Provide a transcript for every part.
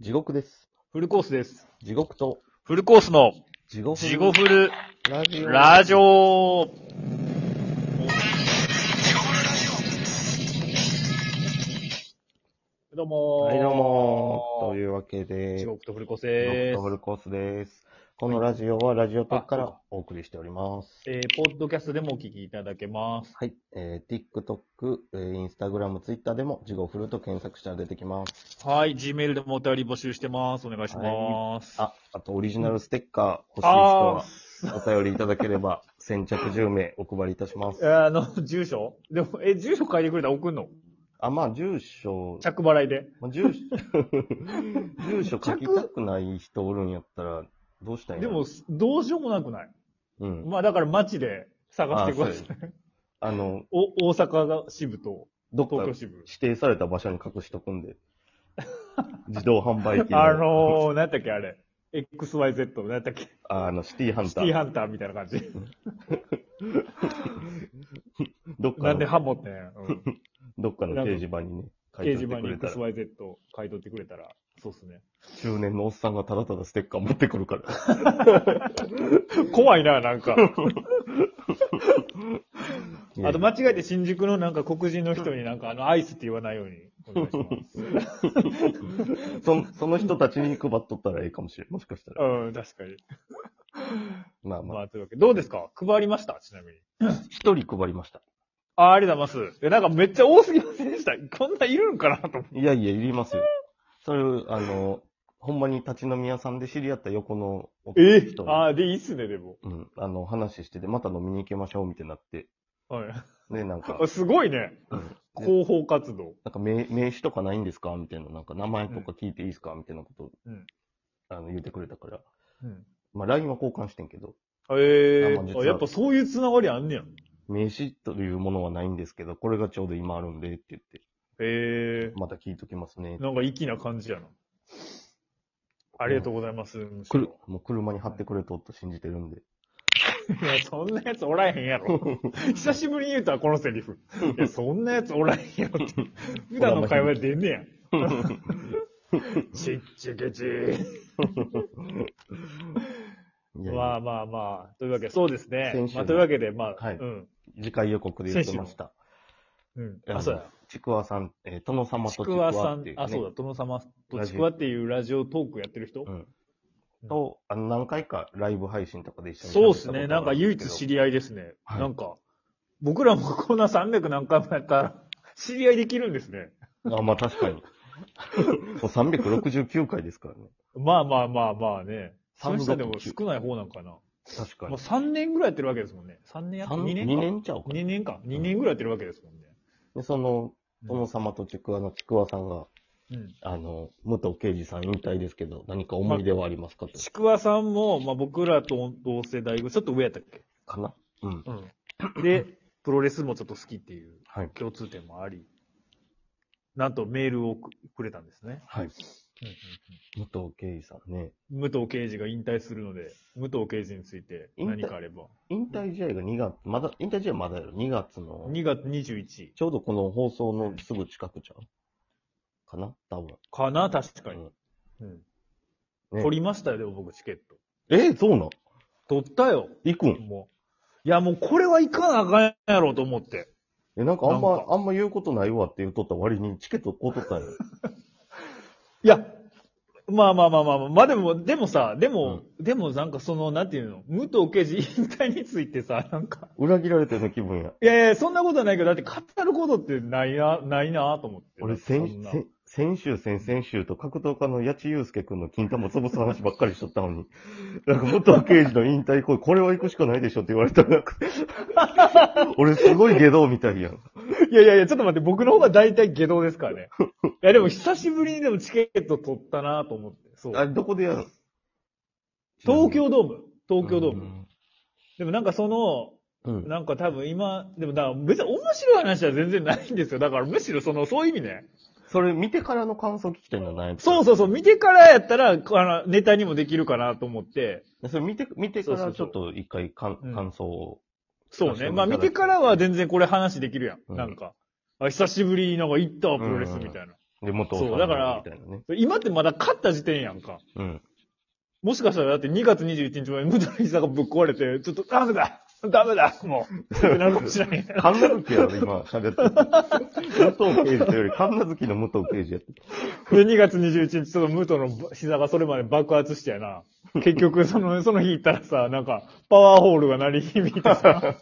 地獄です。 フルコースです。 地獄とフルコースの地獄地獄フルラジオ。 ラジオ。どうもー。 はい、どうもー。というわけで、 地獄とフルコース地でーす。 獄とフルコースです。このラジオはラジオトークからあそうかお送りしております。 ポッドキャストでもお聞きいただけます。 はい、TikTok、Instagram、Twitter でも地獄フルと検索したら出てきます。 はい、Gmail でもお便り募集してます。お願いします。 あとオリジナルステッカー欲しい人はあお便りいただければ先着10名お配りいたします。 住所でも、住所書いてくれたら送んの？ まあ、住所、 着払いで。 住所書きたくない人おるんやったら、どうしたいんやろ。 でも、どうしようもなくない？ うん。 まあだから街で探してください。大阪が支部とどっか東京支部。 指定された場所に隠しとくんで。自動販売機何やったっけあれ。XYZ、何やったっけシティハンター。 シティハンターみたいな感じ。 どっかの、 なんでハモってん、 どっかの掲示板にね、 掲示板に XYZ 書いとってくれたら、そうっすね。 中年のおっさんがただただステッカー持ってくるから。 怖いな、なんか。 いやあと間違えて新宿のなんか黒人の人になんかアイスって言わないようにお願いします。その人たちに配っとったらいいかもしれん。もしかしたら。 うん、確かに。 まあ。 というわけで、どうですか？配りましたちなみに。 一人配りました。 ありがとうございます。なんかめっちゃ多すぎませんでした。こんないるんかなと思って。 いや、いりますよ。それ、ほんまに立ち飲み屋さんで知り合った横の人に。 で、いいっすね、でも。 うん。話してて、また飲みに行きましょう、みたいになって。 はい。 ね、なんか。 すごいね。 うん。 広報活動。 なんか名刺とかないんですかみたいな。なんか名前とか聞いていいですかみたいなことを、言ってくれたから。うん。まあ、LINE は交換してんけど。 やっぱそういうつながりあんねや。 名刺というものはないんですけど、これがちょうど今あるんでって言って。また聞いときますね。 なんか粋な感じやな。ありがとうございます。 もう車に貼ってくれとと信じてるんで。 いや、そんなやつおらへんやろ。久しぶりに言うたわ、このセリフ。いや、そんなやつおらへんやろって。普段の会話で出んねや。ちっちけち。まあ。というわけで、そうですね。というわけで、 次回予告で言ってました。そうや。ちくわさん、殿様とちくわっていう、ね。 そうだ、殿様とちくわっていうラジオトークやってる人と、何回かライブ配信とかで一緒に。 そうですね。なんか唯一知り合いですね。なんか、僕らもこんな300何回もやったら、知り合いできるんですね。 まあ確かに。もう369回ですからね。 まあね。その人でも少ない方なんかな。 確かに。 もう3年ぐらいやってるわけですもんね。3年やって2年か。2 年ちゃうか。 2年か。2年ぐらいやってるわけですもんね。 で、殿様とちくわのちくわさんが、武藤敬司さん引退ですけど、何か思い出はありますかと。 ちくわさんも、僕らと同世代、ちょっと上やったっけかな。 で、プロレスもちょっと好きっていう共通点もあり、なんとメールをくれたんですね。 はい。武藤敬司さんね。 武藤敬司が引退するので、武藤敬司について何かあれば。 引退試合が2月、引退試合まだやろ ?2 月の。 2月21日。 ちょうどこの放送のすぐ近くちゃうかな多分。 かな確かに。取りましたよ、でも僕チケット。 そうなん取ったよ。 行くんもう。いや、もうこれは行かなあかんやろうと思って。 なんかあんま言うことないわって言うとった割にチケットこう取ったんや。 いや、まあ、でもなんかなんていうの、武藤敬司引退についてさ、なんか。 裏切られてるの気分や。 いや、そんなことはないけど、だって語ることってないなと思って。 俺、先週と格闘家の八千祐介くんの金玉潰す話ばっかりしとったのに、なんか武藤敬司の引退これは行くしかないでしょって言われたらなんか、俺すごい下道みたいやん。 いや、ちょっと待って、僕の方が大体下道ですからね。いや、でも久しぶりにでもチケット取ったなと思って。そう。 どこでやるの？ 東京ドーム。でもなんかなんか多分今、でも別に面白い話は全然ないんですよ。だからむしろそういう意味ね。 それ見てからの感想聞きたいのはない？ そう、見てからやったら、ネタにもできるかなと思って。 それ見てからちょっと一回感想を。 そうね。見てからは全然これ話できるやん。なんか。久しぶりになんか行ったわ、プロレスみたいな。 で、元そうだからみたいなね。 今ってまだ勝った時点やんか。 うん。 もしかしたらだって2月21日まで武藤の膝がぶっ壊れて、ちょっとダメだもうってなるかもしれない。 神奈月やろ、今、喋ってる。武藤刑事というより、神奈月の武藤刑事やってる。 で、2月21日、ちょっと武藤の膝がそれまで爆発してやな。結局、その日行ったらさ、なんか、パワーホールが鳴り響いてさ、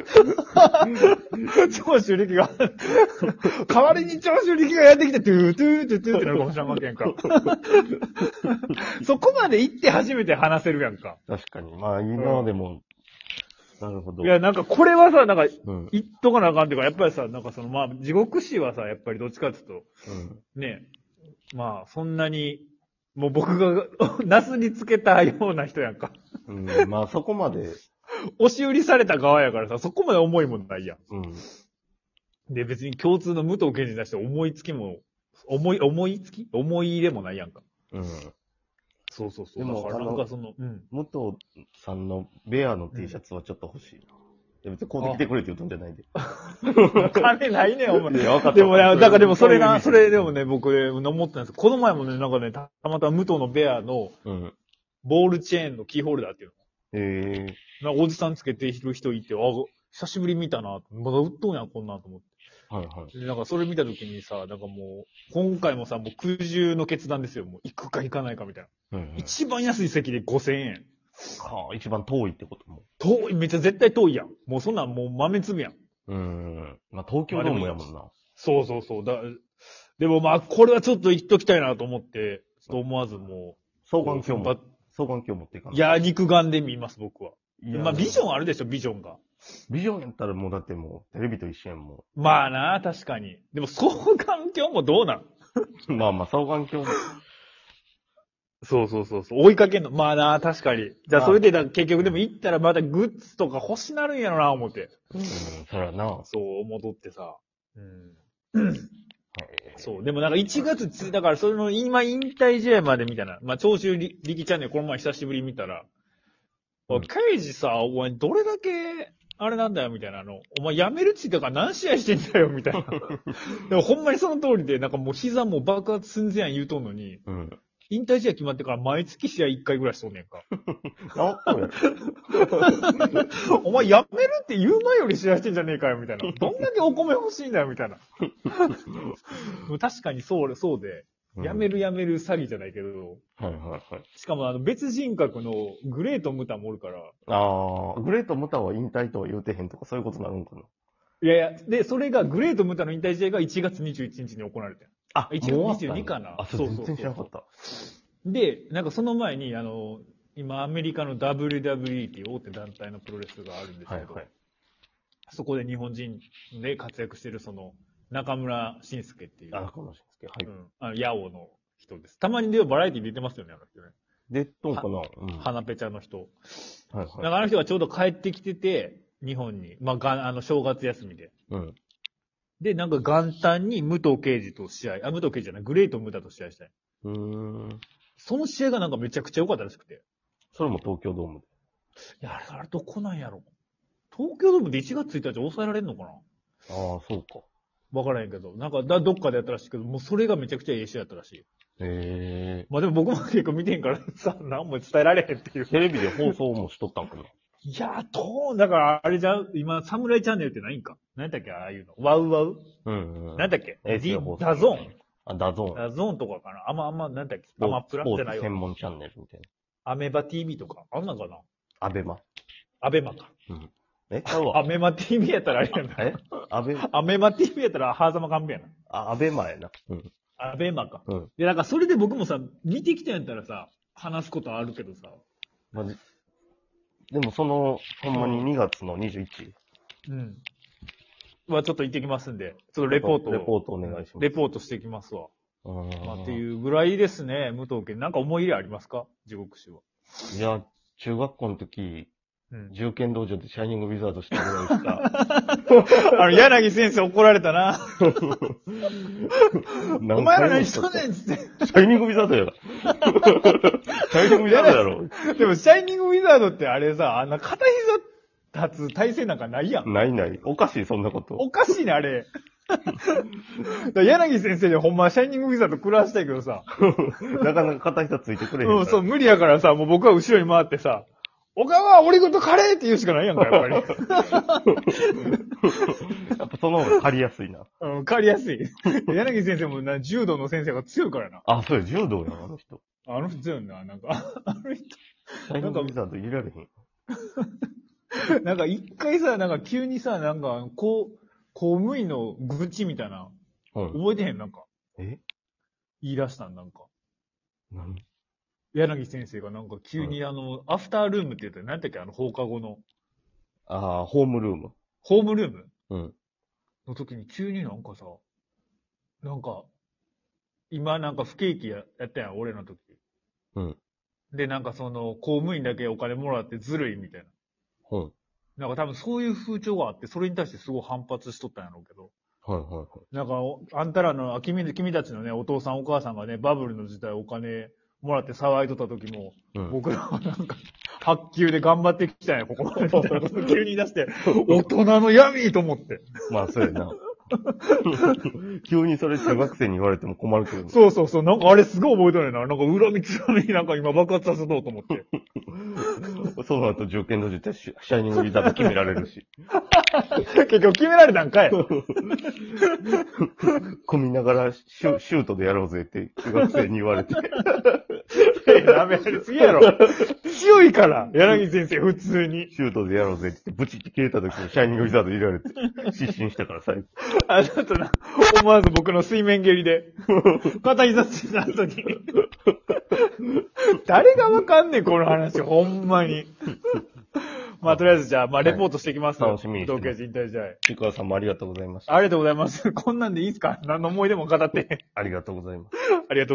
長州力が、代わりに長州力がやってきて、トゥートゥートゥートゥーってなるかもしれんわけやんか。そこまで行って初めて話せるやんか。 確かに。まあ、今でも、なるほど。 いや、なんかこれはさ、なんか、 うん。 言っとかなあかんっていうか、やっぱりさ、なんかその、まあ、地獄史はさ、やっぱりどっちかっていうと、ね、まあ、そんなに、もう僕が、ナスにつけたような人やんか。 うん。うん。まあ、そこまで、 押し売りされた側やからさ、そこまで重いもんないやん。 うん。 で、別に共通の武藤刑事に対して思いつきも、思い入れもないやんか。 うん。 そうそうそう。 でもだからなんかその、 武藤さんのベアの T シャツはちょっと欲しいな。いや別に買うてきてくれって言うとんじゃないで。 金ないねん、お前。 いや、分かった。 でもね、だからでもそれが、そそういう意味れでもね、僕ね、思ったんです。この前もね、なんかね、たまたま武藤のベアのうん。 ボールチェーンのキーホルダーっていうえの。なんかおじさんつけてる人いて、あ、久しぶりに見たな。まだ売っとんやん、こんなんと思って。 はいはい。 でなんかそれ見たときにさ、なんかもう、今回もさ、もう空中の決断ですよ。もう行くか行かないかみたいな。 うんうん、 一番安い席で5000円。 はあ、一番遠いってことも。 遠い、めっちゃ絶対遠いやん。もうそんなんもう豆粒やん。 まあ、東京ドームやもんな。 そうそうそう。でもまあ、これはちょっと言っときたいなと思って、ちょっと思わずもう。 双眼鏡も。双眼鏡持っていかない。 いや、肉眼で見ます、僕は。 いやまあ、ビジョンあるでしょ、ビジョンが。 ビジョンやったらもうだってもう、テレビと一緒やんもまあな、確かに。でも、双眼鏡もどうなんう。まあまあ、双眼鏡も。 そうそうそうそう。追いかけんの。まあな、確かに。じゃあ、それで結局でも行ったらまたグッズとか欲しなるんやろな、思って。 そらな。 そう、戻ってさ。そう。でもなんか1月だからその今引退試合まで見たら、まあ、長州力チャンネルこの前久しぶりに見たら、刑事さ、お前どれだけ、あれなんだよ、みたいなお前辞めるっつってから何試合してんだよ、みたいな。でもほんまにその通りで、なんかもう膝もう爆発寸前やん言うとんのに、引退試合決まってから毎月試合1回ぐらいしとんねんか。お前辞めるって言う前より試合してんじゃねえかよ、みたいな。どんだけお米欲しいんだよ、みたいな。確かにそうで、辞める詐欺じゃないけど。 はいはいはい。 しかも別人格のグレートムタもおるから。 ああ、グレートムタは引退とは言うてへんとかそういうことなのかな。 いやいや、で、それがグレートムタの引退試合が1月21日に行われてる。 あ、 1月22かな。 そう全然知らなかった。 で、なんかその前に、今アメリカの WWE っていう大手団体のプロレスがあるんですけど、はいはい、そこで日本人で活躍してる中村慎介っていう。 中村慎介、はい。 ヤオの人です。たまにバラエティ出てますよね、あの人ね。 出とんかな花ペチャの人。 はいはい。 だからあの人がちょうど帰ってきてて、日本に。まあ、正月休みで。で、なんか元旦に武藤敬司と試合、武藤敬司じゃない、グレートムタと試合したい。その試合がなんかめちゃくちゃ良かったらしくて。 それも東京ドームで。 いや、あれどこなんやろ。東京ドームで1月1日抑えられんのかな。 ああ、そうか。 わからへんけど、なんかどっかでやったらしいけど、もうそれがめちゃくちゃいい試合やったらしい。まあでも僕も結構見てんからさ、何も伝えられへんっていう。 テレビで放送もしとったんかな。 いやだからあれじゃう、今、サムライチャンネルってないんか。何だっけ、ああいうの。ワウワウ何だっけ、ダゾーン。 ダゾーン。 ダゾーンとかかな。何だっけ、アマプラじゃないよ。 専門チャンネルみたいな。 アメバ TV とか、あんなんかな。 アベマか。アメマ TV やったらあれやな。アメマ TV やったらハーザマカンビやな。 アベマやな。 アベマか。で、なんかそれで僕もさ、見てきたんやったらさ、話すことあるけどさ。 でもほんまに2月の21。 はちょっと行ってきますんで、ちょっとレポートお願いします。 レポートしてきますわ。っていうぐらいですね、武藤家。なんか思い入れありますか、地獄史は。 いや、中学校の時、銃剣道場でシャイニングウィザードしたぐらいしか。 柳先生怒られたな。お前ら何しとんねんつって。 シャイニングウィザードやろ。シャイニングウィザードやろ。 でも、シャイニングウィザードってあれさ、片膝立つ体勢なんかないやん。 ない。おかしい、そんなこと。 おかしいね、あれ。 ら柳先生でほんまはシャイニングウィザード食らわしたいけどさ。 なかなか片下ついてくれへんから。 うん、そう、無理やからさ、もう僕は後ろに回ってさ、岡川オリゴとカレーって言うしかないやんか、やっぱり。 やっぱその方が借りやすいな。 うん、変わりやすい。柳先生もな、柔道の先生が強いからな。 あ、そうや、柔道やな、あの人。 あの人強いな、なんか、あの人。 シャイニングウィザード入れられへん。 なんか一回さ、なんか急にさ、なんか、公務員の愚痴みたいな、 うん。 覚えてへんなんか、 え言い出したんなんか。 何柳先生がなんか急にアフタールームって言ったら、何やったっけ放課後の、 ああ、ホームルーム。 ホームルームうん。 の時に急になんかさ、なんか、今なんか不景気やったやん、俺の時。 うん。 で、なんかその、公務員だけお金もらってずるいみたいな。 うん。 なんか多分そういう風潮があって、それに対してすごい反発しとったんやろうけど。 はいはいはい。 なんか、あんたらの、君たちのね、お父さんお母さんがね、バブルの時代お金もらって騒いとった時も、 うん。 僕らはなんか、発給で頑張ってきたんや、ここまで。みたいなこと急に言い出して、大人の闇と思って。 まあ、そうやな。急にそれ中学生に言われても困るけどね。 そうそうそう、なんかあれすごい覚えとるな。なんか恨みつらみなんか今爆発させとうと思って。 その後受験の時点でシャイニングウィザード決められるし。 結局決められたんかい。 組みながらシュートでやろうぜって中学生に言われて。 ダメやりすぎやろ。強いから、柳先生普通に。 シュートでやろうぜってブチって切れた時にシャイニングウィザード入れられて失神したから最後。 あ、ちょっとな、思わず僕の水面蹴りで、片膝ついた後に。誰がわかんねん、この話、ほんまに。まあ、とりあえずじゃあ、まあ、レポートしてきます。 楽しみにしてます東京人体試合。 ちくわさんもありがとうございました。 ありがとうございます。こんなんでいいっすか？何の思い出も語って。 ありがとうございます。 ありがとう